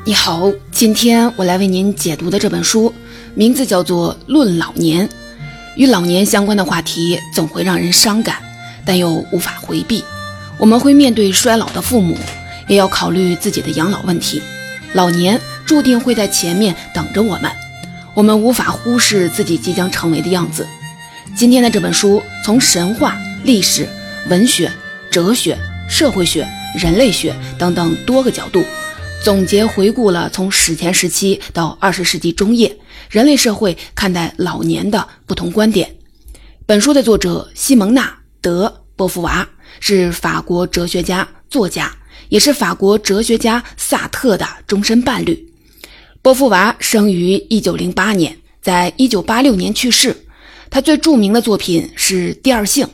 你好，今天我来为您解读的这本书名字叫做《论老年》。与老年相关的话题总会让人伤感，但又无法回避。我们会面对衰老的父母，也要考虑自己的养老问题。老年注定会在前面等着我们，我们无法忽视自己即将成为的样子。今天的这本书从神话、历史、文学、哲学、社会学、人类学等等多个角度总结回顾了从史前时期到20世纪中叶人类社会看待老年的不同观点。本书的作者西蒙娜·德·波伏娃是法国哲学家、作家，也是法国哲学家萨特的终身伴侣。波伏娃生于1908年，在1986年去世。他最著名的作品是《第二性》。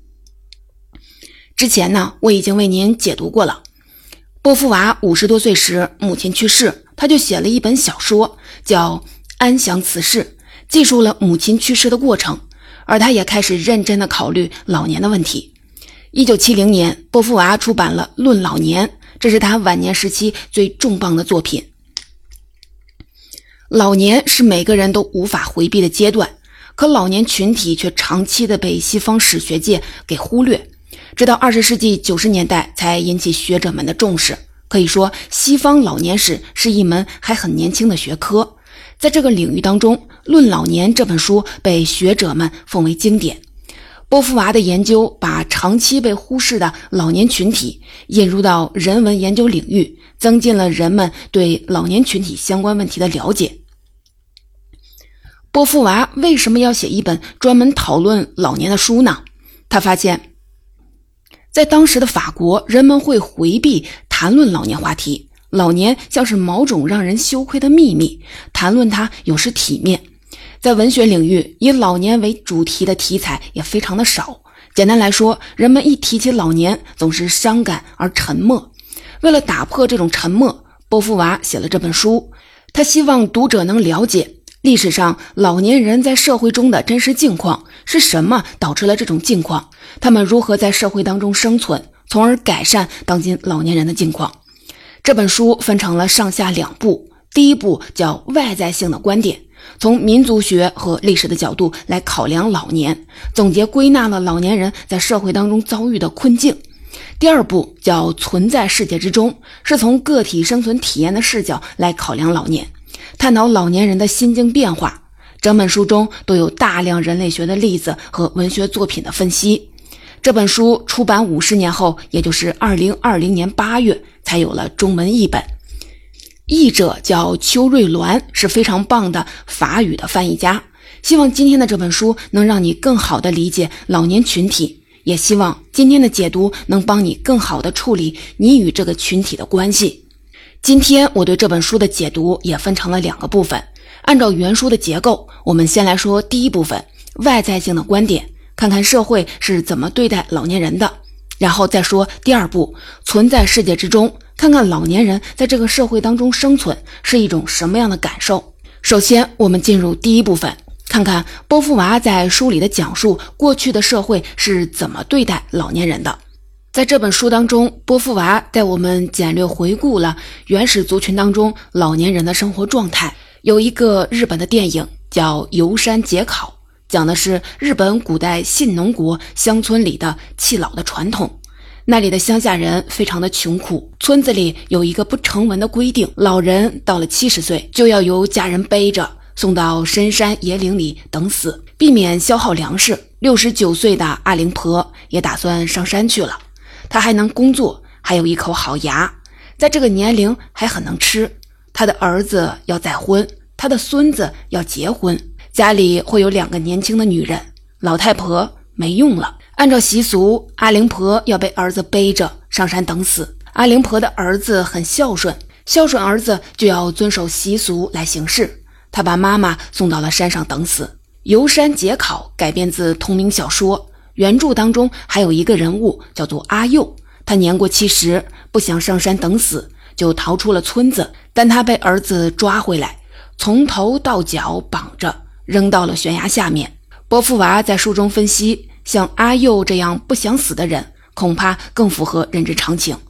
之前呢，我已经为您解读过了。波伏娃50多岁时，母亲去世，他就写了一本小说，叫《安详辞世》，记述了母亲去世的过程，而他也开始认真地考虑老年的问题。1970年，波伏娃出版了《论老年》，这是他晚年时期最重磅的作品。老年是每个人都无法回避的阶段，可老年群体却长期的被西方史学界给忽略，直到20世纪90年代才引起学者们的重视。可以说，西方老年史是一门还很年轻的学科。在这个领域当中，《论老年》这本书被学者们奉为经典。波伏娃的研究把长期被忽视的老年群体引入到人文研究领域，增进了人们对老年群体相关问题的了解。波伏娃为什么要写一本专门讨论老年的书呢？他发现在当时的法国，人们会回避谈论老年话题，老年像是某种让人羞愧的秘密，谈论它有失体面。在文学领域，以老年为主题的题材也非常的少。简单来说，人们一提起老年总是伤感而沉默。为了打破这种沉默，波伏娃写了这本书。他希望读者能了解历史上老年人在社会中的真实境况，是什么导致了这种境况，他们如何在社会当中生存，从而改善当今老年人的境况。这本书分成了上下两部，第一部叫外在性的观点，从民族学和历史的角度来考量老年，总结归纳了老年人在社会当中遭遇的困境。第二部叫存在世界之中，是从个体生存体验的视角来考量老年，探讨老年人的心境变化。整本书中都有大量人类学的例子和文学作品的分析。这本书出版50年后，也就是2020年8月才有了中文译本。译者叫邱瑞鸾，是非常棒的法语的翻译家。希望今天的这本书能让你更好地理解老年群体，也希望今天的解读能帮你更好地处理你与这个群体的关系。今天我对这本书的解读也分成了2个部分。按照原书的结构，我们先来说第一部分，外在性的观点，看看社会是怎么对待老年人的。然后再说第二步，存在世界之中，看看老年人在这个社会当中生存是一种什么样的感受。首先我们进入第一部分，看看波伏娃在书里的讲述过去的社会是怎么对待老年人的。在这本书当中，波伏娃带我们简略回顾了原始族群当中老年人的生活状态。有一个日本的电影叫《游山解考》，讲的是日本古代信农国乡村里的弃老的传统。那里的乡下人非常的穷苦，村子里有一个不成文的规定，老人到了70岁就要由家人背着送到深山野岭里等死，避免消耗粮食。69岁的阿灵婆也打算上山去了，她还能工作，还有一口好牙，在这个年龄还很能吃。他的儿子要再婚，他的孙子要结婚，家里会有2个年轻的女人，老太婆没用了。按照习俗，阿灵婆要被儿子背着上山等死。阿灵婆的儿子很孝顺，孝顺儿子就要遵守习俗来行事。他把妈妈送到了山上等死。《游山解考》改编自同名小说，原著当中还有一个人物叫做阿佑，他年过70，不想上山等死，就逃出了村子，但他被儿子抓回来，从头到脚绑着，扔到了悬崖下面。波伏娃在书中分析，像阿佑这样不想死的人，恐怕更符合人之常情。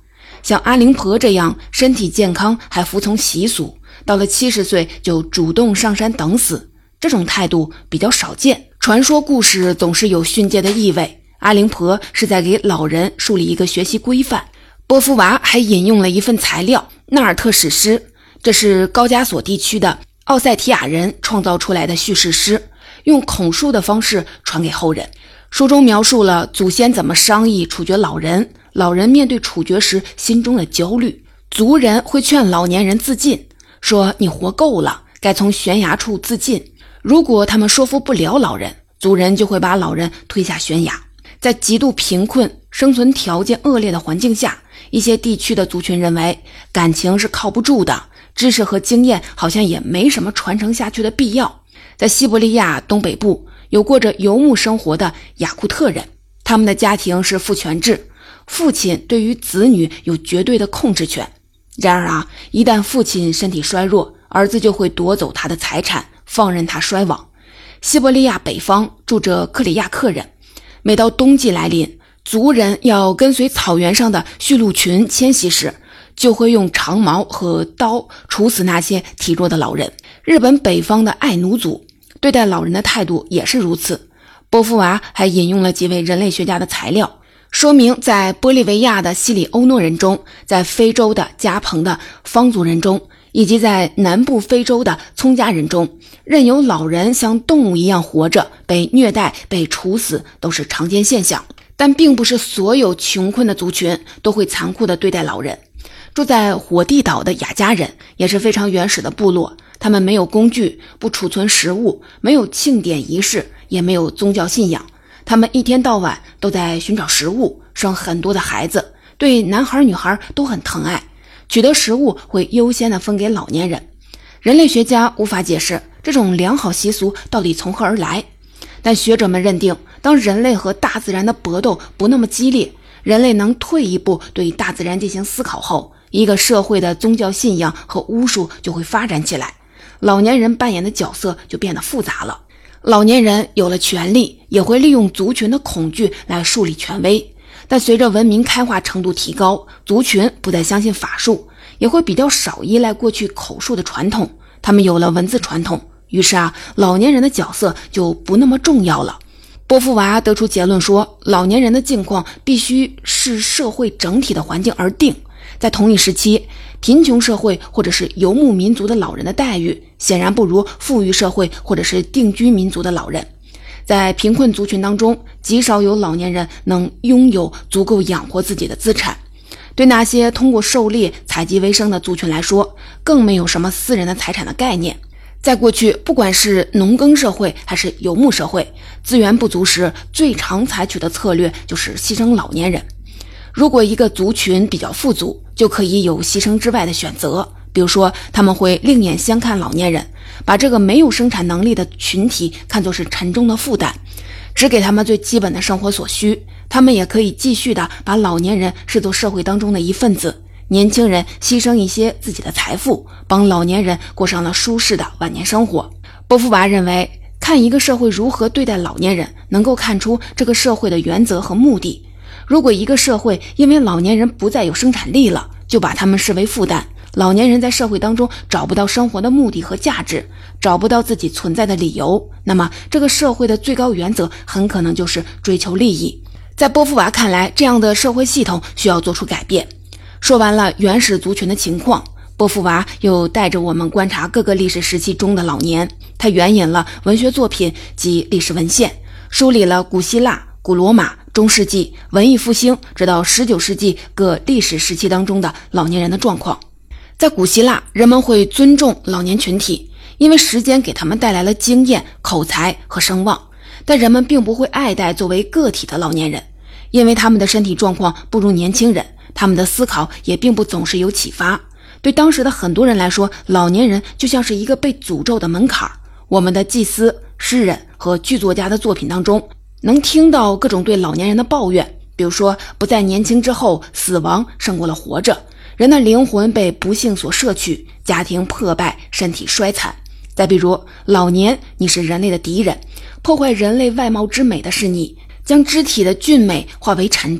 像阿灵婆这样身体健康还服从习俗，到了70岁就主动上山等死，这种态度比较少见。传说故事总是有训诫的意味，阿灵婆是在给老人树立一个学习规范。波伏娃还引用了一份材料，纳尔特史诗，这是高加索地区的奥塞提亚人创造出来的叙事诗，用口述的方式传给后人。书中描述了祖先怎么商议处决老人，老人面对处决时心中的焦虑，族人会劝老年人自尽，说你活够了，该从悬崖处自尽。如果他们说服不了老人，族人就会把老人推下悬崖。在极度贫困、生存条件恶劣的环境下，一些地区的族群认为感情是靠不住的，知识和经验好像也没什么传承下去的必要。在西伯利亚东北部有过着游牧生活的雅库特人，他们的家庭是父权制，父亲对于子女有绝对的控制权。然而一旦父亲身体衰弱，儿子就会夺走他的财产，放任他衰亡。西伯利亚北方住着克里亚克人，每到冬季来临，族人要跟随草原上的驯鹿群迁徙时，就会用长矛和刀处死那些体弱的老人。日本北方的爱奴族对待老人的态度也是如此。波伏娃还引用了几位人类学家的材料，说明在玻利维亚的西里欧诺人中，在非洲的加蓬的方族人中，以及在南部非洲的葱加人中，任由老人像动物一样活着，被虐待、被处死都是常见现象。但并不是所有穷困的族群都会残酷地对待老人。住在火地岛的雅加人也是非常原始的部落，他们没有工具，不储存食物，没有庆典仪式，也没有宗教信仰。他们一天到晚都在寻找食物，生很多的孩子，对男孩女孩都很疼爱，取得食物会优先的分给老年人。人类学家无法解释这种良好习俗到底从何而来，但学者们认定，当人类和大自然的搏斗不那么激烈，人类能退一步对大自然进行思考后，一个社会的宗教信仰和巫术就会发展起来，老年人扮演的角色就变得复杂了。老年人有了权力，也会利用族群的恐惧来树立权威。但随着文明开化程度提高，族群不再相信法术，也会比较少依赖过去口述的传统，他们有了文字传统，于是老年人的角色就不那么重要了。波伏娃得出结论说，老年人的境况必须视社会整体的环境而定。在同一时期，贫穷社会或者是游牧民族的老人的待遇显然不如富裕社会或者是定居民族的老人。在贫困族群当中，极少有老年人能拥有足够养活自己的资产。对那些通过狩猎采集为生的族群来说，更没有什么私人的财产的概念。在过去，不管是农耕社会还是游牧社会，资源不足时，最常采取的策略就是牺牲老年人。如果一个族群比较富足，就可以有牺牲之外的选择，比如说他们会另眼相看老年人，把这个没有生产能力的群体看作是沉重的负担，只给他们最基本的生活所需。他们也可以继续的把老年人视作社会当中的一份子，年轻人牺牲一些自己的财富，帮老年人过上了舒适的晚年生活。波伏娃认为，看一个社会如何对待老年人，能够看出这个社会的原则和目的。如果一个社会因为老年人不再有生产力了，就把他们视为负担，老年人在社会当中找不到生活的目的和价值，找不到自己存在的理由，那么这个社会的最高原则很可能就是追求利益。在波伏娃看来，这样的社会系统需要做出改变。说完了原始族群的情况，波伏娃又带着我们观察各个历史时期中的老年。他援引了文学作品及历史文献，梳理了古希腊、古罗马、中世纪、文艺复兴直到19世纪各历史时期当中的老年人的状况。在古希腊，人们会尊重老年群体，因为时间给他们带来了经验、口才和声望，但人们并不会爱戴作为个体的老年人，因为他们的身体状况不如年轻人，他们的思考也并不总是有启发。对当时的很多人来说，老年人就像是一个被诅咒的门槛。我们的祭司、诗人和剧作家的作品当中，能听到各种对老年人的抱怨，比如说不在年轻之后，死亡胜过了活着，人的灵魂被不幸所摄取，家庭破败，身体衰残。再比如，老年，你是人类的敌人，破坏人类外貌之美的是你，将肢体的俊美化为陈质，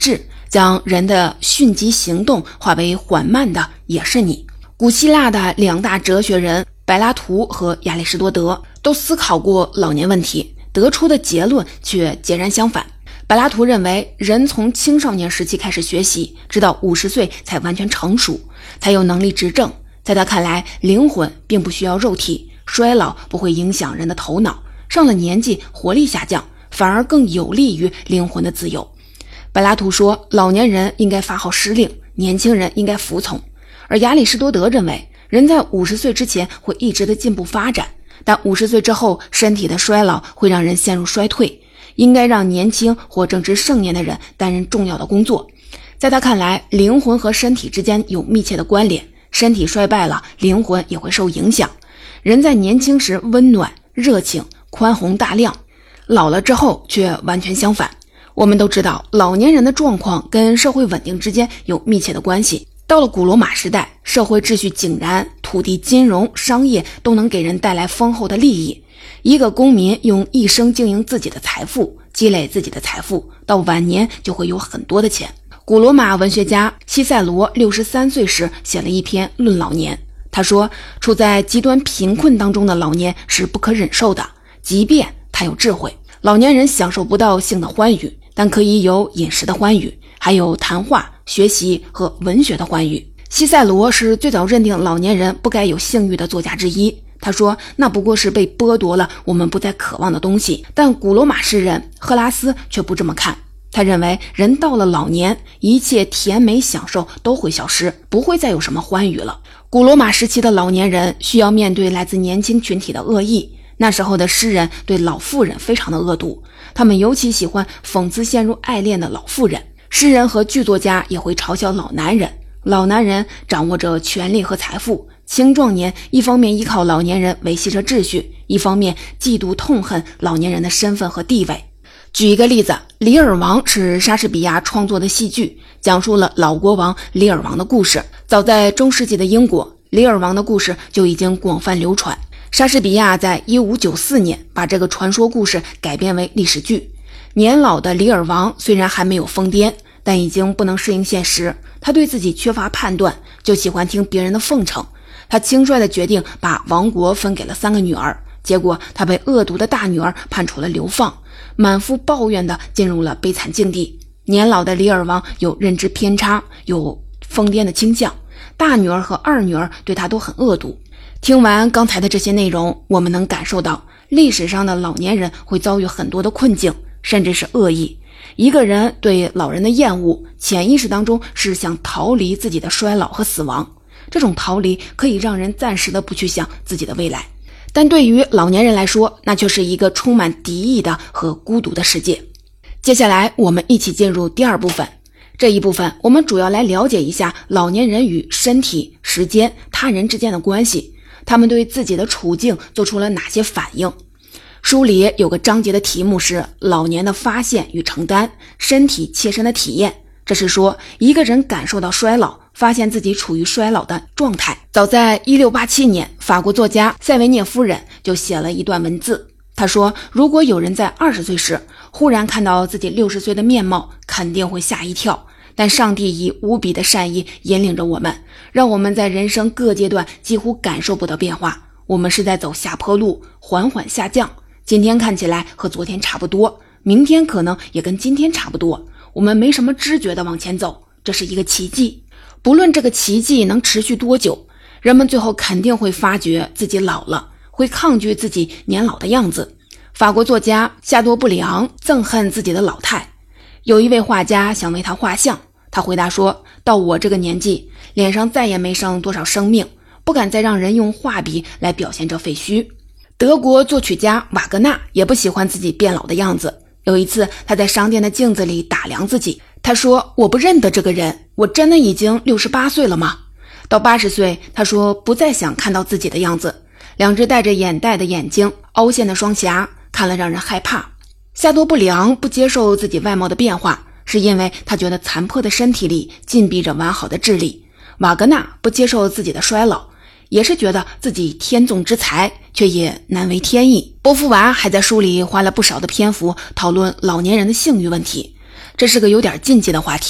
将人的迅疾行动化为缓慢的也是你。古希腊的2大哲学人柏拉图和亚里士多德都思考过老年问题，得出的结论却截然相反。柏拉图认为，人从青少年时期开始学习，直到50岁才完全成熟，才有能力执政。在他看来，灵魂并不需要肉体，衰老不会影响人的头脑，上了年纪活力下降，反而更有利于灵魂的自由。柏拉图说，老年人应该发号施令，年轻人应该服从。而亚里士多德认为，人在50岁之前会一直的进步发展，但50岁之后身体的衰老会让人陷入衰退，应该让年轻或正值盛年的人担任重要的工作。在他看来，灵魂和身体之间有密切的关联，身体衰败了，灵魂也会受影响。人在年轻时温暖、热情、宽宏大量，老了之后却完全相反。我们都知道，老年人的状况跟社会稳定之间有密切的关系。到了古罗马时代，社会秩序井然，土地、金融、商业都能给人带来丰厚的利益。一个公民用一生经营自己的财富，积累自己的财富，到晚年就会有很多的钱。古罗马文学家西塞罗63岁时写了一篇论老年，他说，处在极端贫困当中的老年是不可忍受的，即便他有智慧。老年人享受不到性的欢愉，但可以有饮食的欢愉，还有谈话、学习和文学的欢愉。西塞罗是最早认定老年人不该有性欲的作家之一。他说，那不过是被剥夺了我们不再渴望的东西。但古罗马诗人赫拉斯却不这么看，他认为人到了老年，一切甜美享受都会消失，不会再有什么欢愉了。古罗马时期的老年人需要面对来自年轻群体的恶意，那时候的诗人对老妇人非常的恶毒，他们尤其喜欢讽刺陷入爱恋的老妇人。诗人和剧作家也会嘲笑老男人，老男人掌握着权力和财富，青壮年一方面依靠老年人维系着秩序，一方面嫉妒痛恨老年人的身份和地位。举一个例子，《李尔王》是莎士比亚创作的戏剧，讲述了老国王李尔王的故事。早在中世纪的英国，李尔王的故事就已经广泛流传。莎士比亚在1594年把这个传说故事改编为历史剧。年老的李尔王虽然还没有疯癫，但已经不能适应现实，他对自己缺乏判断，就喜欢听别人的奉承。他轻率地决定把王国分给了3个女儿，结果他被恶毒的大女儿判处了流放，满腹抱怨地进入了悲惨境地。年老的李尔王有认知偏差，有疯癫的倾向，大女儿和二女儿对他都很恶毒。听完刚才的这些内容，我们能感受到历史上的老年人会遭遇很多的困境，甚至是恶意。一个人对老人的厌恶，潜意识当中是想逃离自己的衰老和死亡。这种逃离可以让人暂时的不去想自己的未来，但对于老年人来说，那却是一个充满敌意的和孤独的世界。接下来我们一起进入第2部分。这一部分我们主要来了解一下老年人与身体、时间、他人之间的关系，他们对自己的处境做出了哪些反应。书里有个章节的题目是老年的发现与承担，身体切身的体验。这是说一个人感受到衰老，发现自己处于衰老的状态。早在1687年，法国作家塞维涅夫人就写了一段文字。他说，如果有人在20岁时忽然看到自己60岁的面貌，肯定会吓一跳。但上帝以无比的善意引领着我们，让我们在人生各阶段几乎感受不到变化。我们是在走下坡路，缓缓下降。今天看起来和昨天差不多，明天可能也跟今天差不多。我们没什么知觉的往前走，这是一个奇迹。不论这个奇迹能持续多久，人们最后肯定会发觉自己老了，会抗拒自己年老的样子。法国作家夏多布里昂憎恨自己的老态，有一位画家想为他画像，他回答说，到我这个年纪，脸上再也没剩多少生命，不敢再让人用画笔来表现这废墟。德国作曲家瓦格纳也不喜欢自己变老的样子。有一次他在商店的镜子里打量自己，他说，我不认得这个人，我真的已经68岁了吗？到80岁，他说不再想看到自己的样子，两只带着眼袋的眼睛，凹陷的双颊，看了让人害怕。夏多布里昂不接受自己外貌的变化，是因为他觉得残破的身体里禁闭着完好的智力。瓦格纳不接受自己的衰老，也是觉得自己天纵之才，却也难为天意。波伏娃还在书里花了不少的篇幅讨论老年人的性欲问题，这是个有点禁忌的话题。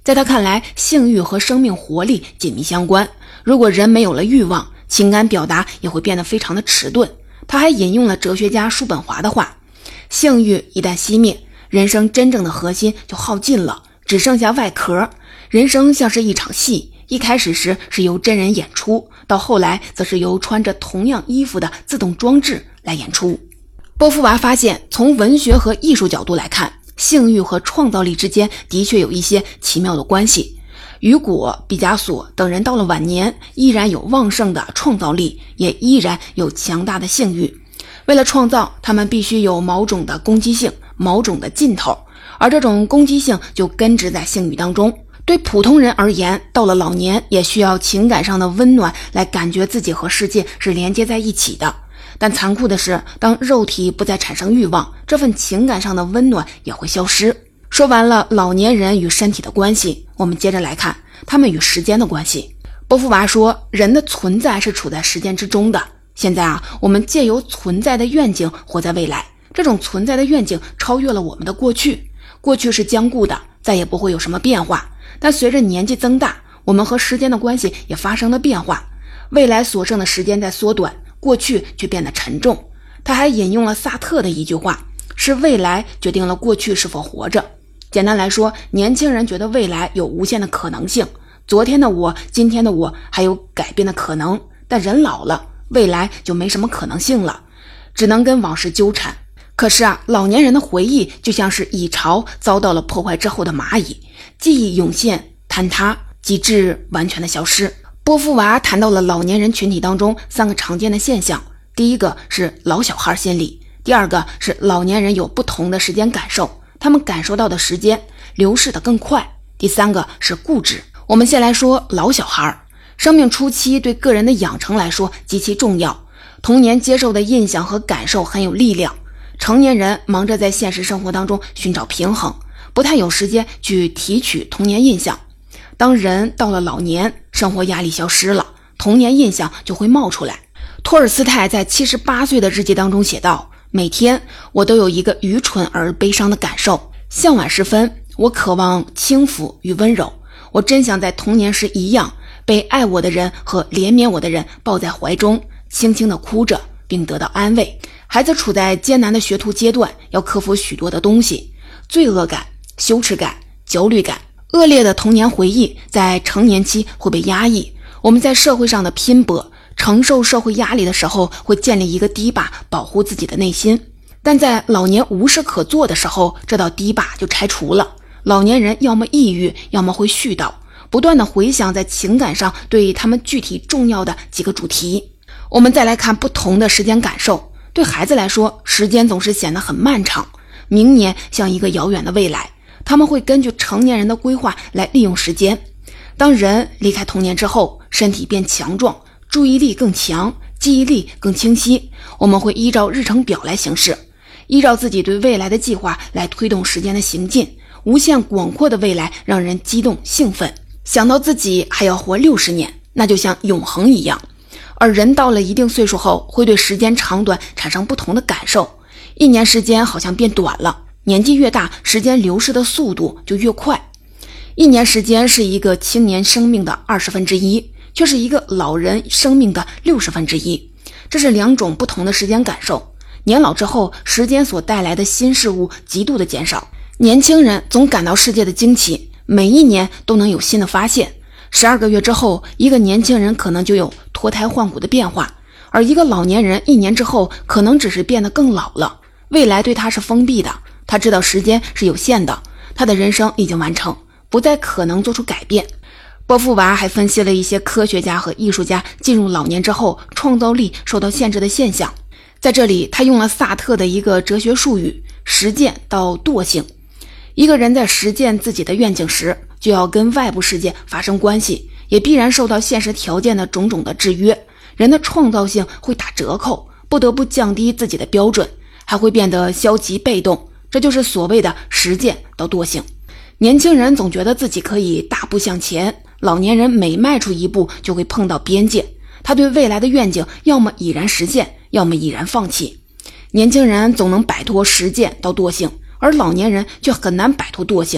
在他看来，性欲和生命活力紧密相关，如果人没有了欲望，情感表达也会变得非常的迟钝。他还引用了哲学家叔本华的话，性欲一旦熄灭，人生真正的核心就耗尽了，只剩下外壳。人生像是一场戏，一开始时是由真人演出，到后来则是由穿着同样衣服的自动装置来演出。波伏娃发现，从文学和艺术角度来看，性欲和创造力之间的确有一些奇妙的关系。雨果、毕加索等人到了晚年依然有旺盛的创造力，也依然有强大的性欲。为了创造，他们必须有某种的攻击性，某种的劲头，而这种攻击性就根植在性欲当中。对普通人而言，到了老年也需要情感上的温暖来感觉自己和世界是连接在一起的。但残酷的是，当肉体不再产生欲望，这份情感上的温暖也会消失。说完了老年人与身体的关系，我们接着来看他们与时间的关系。波伏娃说，人的存在是处在时间之中的。现在我们借由存在的愿景活在未来，这种存在的愿景超越了我们的过去。过去是僵固的，再也不会有什么变化，但随着年纪增大，我们和时间的关系也发生了变化。未来所剩的时间在缩短，过去却变得沉重。他还引用了萨特的一句话，是未来决定了过去是否活着。简单来说，年轻人觉得未来有无限的可能性，昨天的我，今天的我还有改变的可能，但人老了，未来就没什么可能性了，只能跟往事纠缠。可是老年人的回忆就像是蚁巢遭到了破坏之后的蚂蚁，记忆涌现坍塌，极致完全的消失。波伏娃谈到了老年人群体当中3个常见的现象，第一个是老小孩心理，第二个是老年人有不同的时间感受，他们感受到的时间流逝得更快，第三个是固执。我们先来说老小孩。生命初期对个人的养成来说极其重要，童年接受的印象和感受很有力量。成年人忙着在现实生活当中寻找平衡，不太有时间去提取童年印象。当人到了老年，生活压力消失了，童年印象就会冒出来。托尔斯泰在78岁的日记当中写道，每天我都有一个愚蠢而悲伤的感受，向晚时分，我渴望轻抚与温柔，我真想在童年时一样被爱我的人和怜悯我的人抱在怀中，轻轻地哭着并得到安慰。孩子处在艰难的学徒阶段，要克服许多的东西，罪恶感、羞耻感、焦虑感。恶劣的童年回忆在成年期会被压抑，我们在社会上的拼搏，承受社会压力的时候，会建立一个堤坝保护自己的内心，但在老年无事可做的时候，这道堤坝就拆除了。老年人要么抑郁，要么会絮叨，不断的回想在情感上对他们具体重要的几个主题。我们再来看不同的时间感受。对孩子来说，时间总是显得很漫长，明年像一个遥远的未来，他们会根据成年人的规划来利用时间。当人离开童年之后，身体变强壮，注意力更强，记忆力更清晰，我们会依照日程表来行事，依照自己对未来的计划来推动时间的行进。无限广阔的未来让人激动兴奋，想到自己还要活60年，那就像永恒一样。而人到了一定岁数后，会对时间长短产生不同的感受。1年时间好像变短了，年纪越大，时间流逝的速度就越快。1年时间是一个青年生命的1/20，却是一个老人生命的1/60。这是2种不同的时间感受。年老之后，时间所带来的新事物极度的减少。年轻人总感到世界的惊奇，每一年都能有新的发现。12个月之后，一个年轻人可能就有脱胎换骨的变化，而一个老年人1年之后可能只是变得更老了。未来对他是封闭的，他知道时间是有限的，他的人生已经完成，不再可能做出改变。波伏娃还分析了一些科学家和艺术家进入老年之后创造力受到限制的现象。在这里，他用了萨特的一个哲学术语，实践到惰性。一个人在实践自己的愿景时，就要跟外部世界发生关系，也必然受到现实条件的种种的制约。人的创造性会打折扣，不得不降低自己的标准，还会变得消极被动，这就是所谓的实践到惰性。年轻人总觉得自己可以大步向前，老年人每迈出一步就会碰到边界，他对未来的愿景要么已然实现，要么已然放弃。年轻人总能摆脱实践到惰性，而老年人却很难摆脱惰性。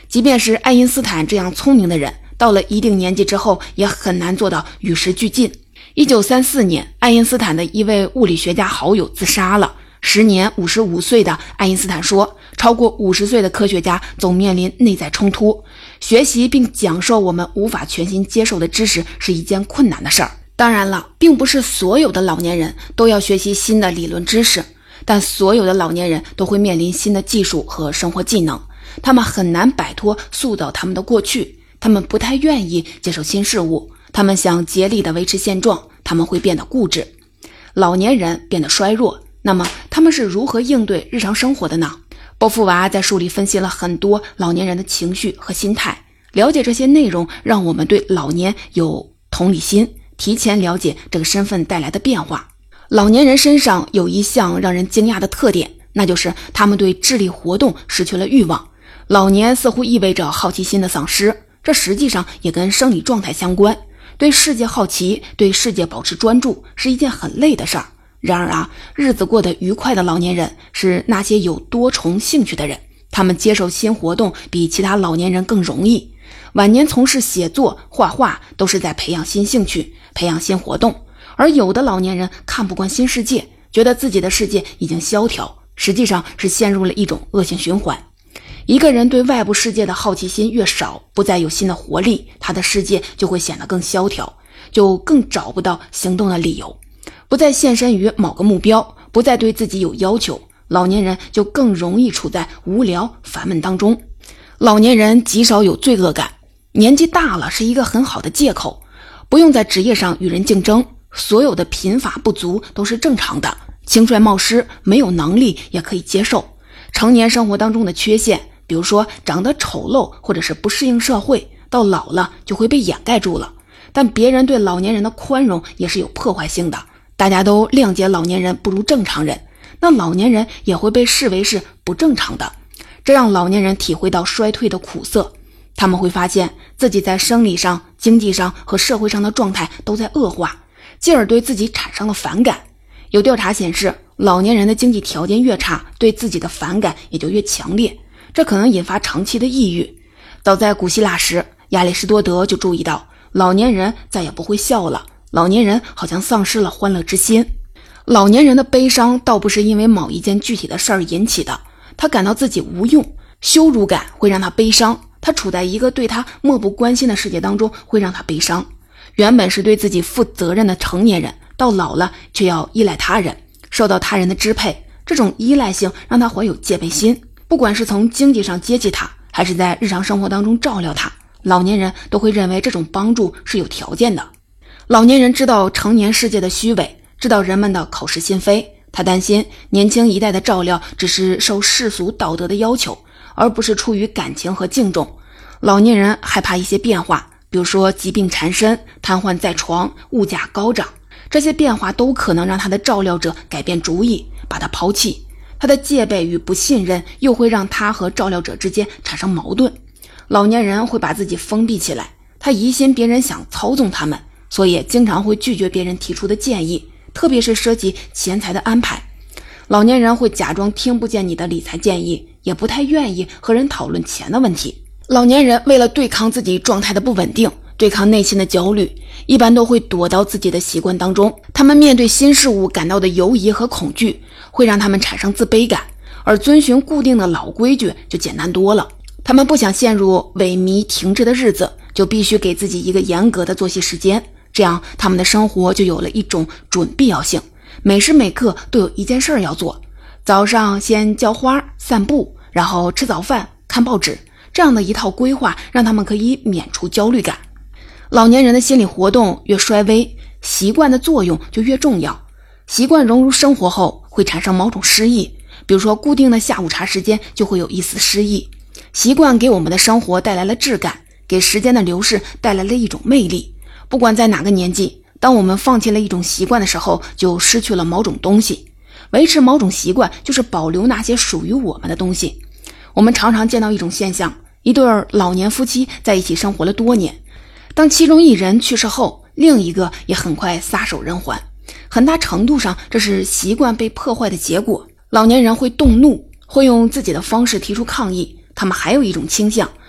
即便是爱因斯坦这样聪明的人，到了一定年纪之后也很难做到与时俱进。1934年，爱因斯坦的一位物理学家好友自杀了。时年55岁的爱因斯坦说，超过50岁的科学家总面临内在冲突，学习并讲授我们无法全心接受的知识是一件困难的事儿。当然了，并不是所有的老年人都要学习新的理论知识，但所有的老年人都会面临新的技术和生活技能，他们很难摆脱塑造他们的过去，他们不太愿意接受新事物，他们想竭力地维持现状，他们会变得固执。老年人变得衰弱，那么他们是如何应对日常生活的呢？波伏娃在书里分析了很多老年人的情绪和心态，了解这些内容让我们对老年有同理心，提前了解这个身份带来的变化。老年人身上有一项让人惊讶的特点，那就是他们对智力活动失去了欲望。老年似乎意味着好奇心的丧失，这实际上也跟生理状态相关。对世界好奇，对世界保持专注是一件很累的事儿。然而日子过得愉快的老年人是那些有多重兴趣的人，他们接受新活动比其他老年人更容易。晚年从事写作、画画都是在培养新兴趣，培养新活动。而有的老年人看不惯新世界，觉得自己的世界已经萧条，实际上是陷入了一种恶性循环。一个人对外部世界的好奇心越少，不再有新的活力，他的世界就会显得更萧条，就更找不到行动的理由，不再献身于某个目标，不再对自己有要求，老年人就更容易处在无聊烦闷当中。老年人极少有罪恶感，年纪大了是一个很好的借口，不用在职业上与人竞争，所有的贫乏不足都是正常的，轻率冒失没有能力也可以接受。成年生活当中的缺陷，比如说长得丑陋或者是不适应社会，到老了就会被掩盖住了。但别人对老年人的宽容也是有破坏性的，大家都谅解老年人不如正常人，那老年人也会被视为是不正常的，这让老年人体会到衰退的苦涩。他们会发现自己在生理上、经济上和社会上的状态都在恶化，进而对自己产生了反感。有调查显示，老年人的经济条件越差，对自己的反感也就越强烈，这可能引发长期的抑郁。早在古希腊时，亚里士多德就注意到，老年人再也不会笑了，老年人好像丧失了欢乐之心。老年人的悲伤倒不是因为某一件具体的事儿引起的，他感到自己无用，羞辱感会让他悲伤，他处在一个对他漠不关心的世界当中会让他悲伤。原本是对自己负责任的成年人，到老了却要依赖他人，受到他人的支配，这种依赖性让他怀有戒备心，不管是从经济上接济他，还是在日常生活当中照料他，老年人都会认为这种帮助是有条件的。老年人知道成年世界的虚伪，知道人们的口是心非，他担心年轻一代的照料只是受世俗道德的要求，而不是出于感情和敬重。老年人害怕一些变化，比如说疾病缠身、瘫痪在床、物价高涨，这些变化都可能让他的照料者改变主意，把他抛弃。他的戒备与不信任又会让他和照料者之间产生矛盾。老年人会把自己封闭起来，他疑心别人想操纵他们，所以经常会拒绝别人提出的建议，特别是涉及钱财的安排。老年人会假装听不见你的理财建议，也不太愿意和人讨论钱的问题。老年人为了对抗自己状态的不稳定，对抗内心的焦虑，一般都会躲到自己的习惯当中。他们面对新事物感到的犹疑和恐惧，会让他们产生自卑感，而遵循固定的老规矩就简单多了。他们不想陷入萎靡停滞的日子，就必须给自己一个严格的作息时间，这样他们的生活就有了一种准必要性，每时每刻都有一件事要做。早上先浇花、散步，然后吃早饭、看报纸，这样的一套规划让他们可以免除焦虑感。老年人的心理活动越衰微，习惯的作用就越重要。习惯融入生活后会产生某种诗意，比如说固定的下午茶时间就会有一丝诗意。习惯给我们的生活带来了质感，给时间的流逝带来了一种魅力。不管在哪个年纪，当我们放弃了一种习惯的时候，就失去了某种东西。维持某种习惯就是保留那些属于我们的东西。我们常常见到一种现象，一对老年夫妻在一起生活了多年，当其中一人去世后，另一个也很快撒手人寰。很大程度上，这是习惯被破坏的结果。老年人会动怒，会用自己的方式提出抗议。他们还有一种倾向，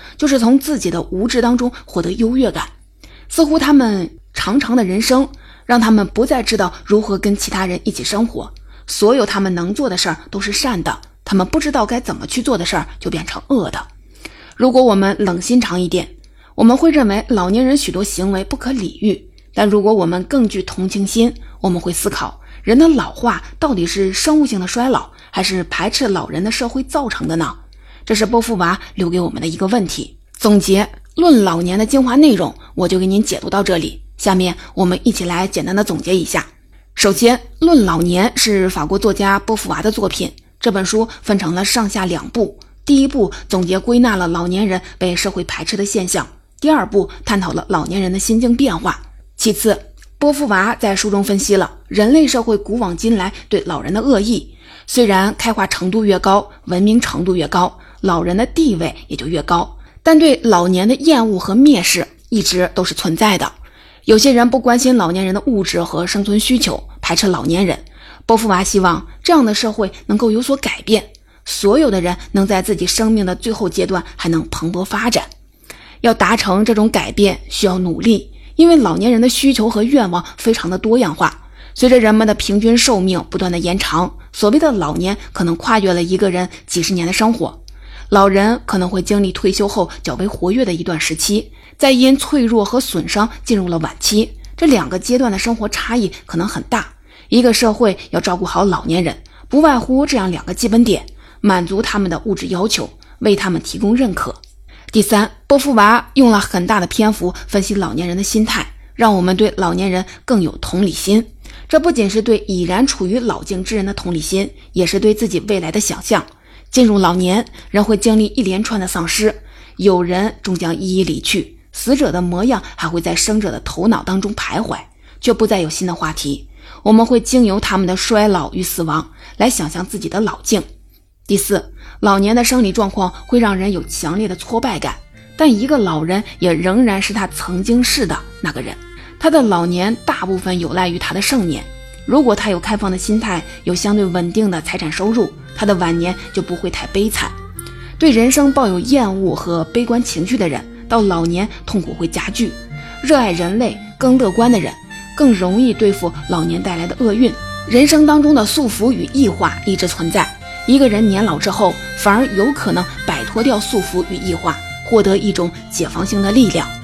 就是从自己的无知当中获得优越感。似乎他们长长的人生让他们不再知道如何跟其他人一起生活，所有他们能做的事儿都是善的，他们不知道该怎么去做的事儿就变成恶的。如果我们冷心肠一点，我们会认为老年人许多行为不可理喻，但如果我们更具同情心，我们会思考人的老化到底是生物性的衰老，还是排斥老人的社会造成的呢？这是波伏娃留给我们的一个问题。总结论老年的精华内容，我就给您解读到这里。下面我们一起来简单的总结一下。首先，论老年是法国作家波伏娃的作品，这本书分成了上下两部。第一部总结归纳了老年人被社会排斥的现象，第二部探讨了老年人的心境变化。其次，波伏娃在书中分析了人类社会古往今来对老人的恶意，虽然开化程度越高，文明程度越高，老人的地位也就越高，但对老年的厌恶和蔑视一直都是存在的。有些人不关心老年人的物质和生存需求，排斥老年人。波伏娃希望这样的社会能够有所改变，所有的人能在自己生命的最后阶段还能蓬勃发展。要达成这种改变需要努力，因为老年人的需求和愿望非常的多样化。随着人们的平均寿命不断的延长，所谓的老年可能跨越了一个人几十年的生活。老人可能会经历退休后较为活跃的一段时期，再因脆弱和损伤进入了晚期。这两个阶段的生活差异可能很大。一个社会要照顾好老年人，不外乎这样两个基本点：满足他们的物质要求，为他们提供认可。第三，波伏娃用了很大的篇幅分析老年人的心态，让我们对老年人更有同理心。这不仅是对已然处于老境之人的同理心，也是对自己未来的想象。进入老年，人会经历一连串的丧失，有人终将一一离去，死者的模样还会在生者的头脑当中徘徊，却不再有新的话题。我们会经由他们的衰老与死亡来想象自己的老境。第四，老年的生理状况会让人有强烈的挫败感，但一个老人也仍然是他曾经是的那个人。他的老年大部分有赖于他的盛年，如果他有开放的心态，有相对稳定的财产收入，他的晚年就不会太悲惨。对人生抱有厌恶和悲观情绪的人，到老年痛苦会加剧。热爱人类更乐观的人更容易对付老年带来的厄运。人生当中的束缚与异化一直存在，一个人年老之后反而有可能摆脱掉束缚与异化，获得一种解放性的力量。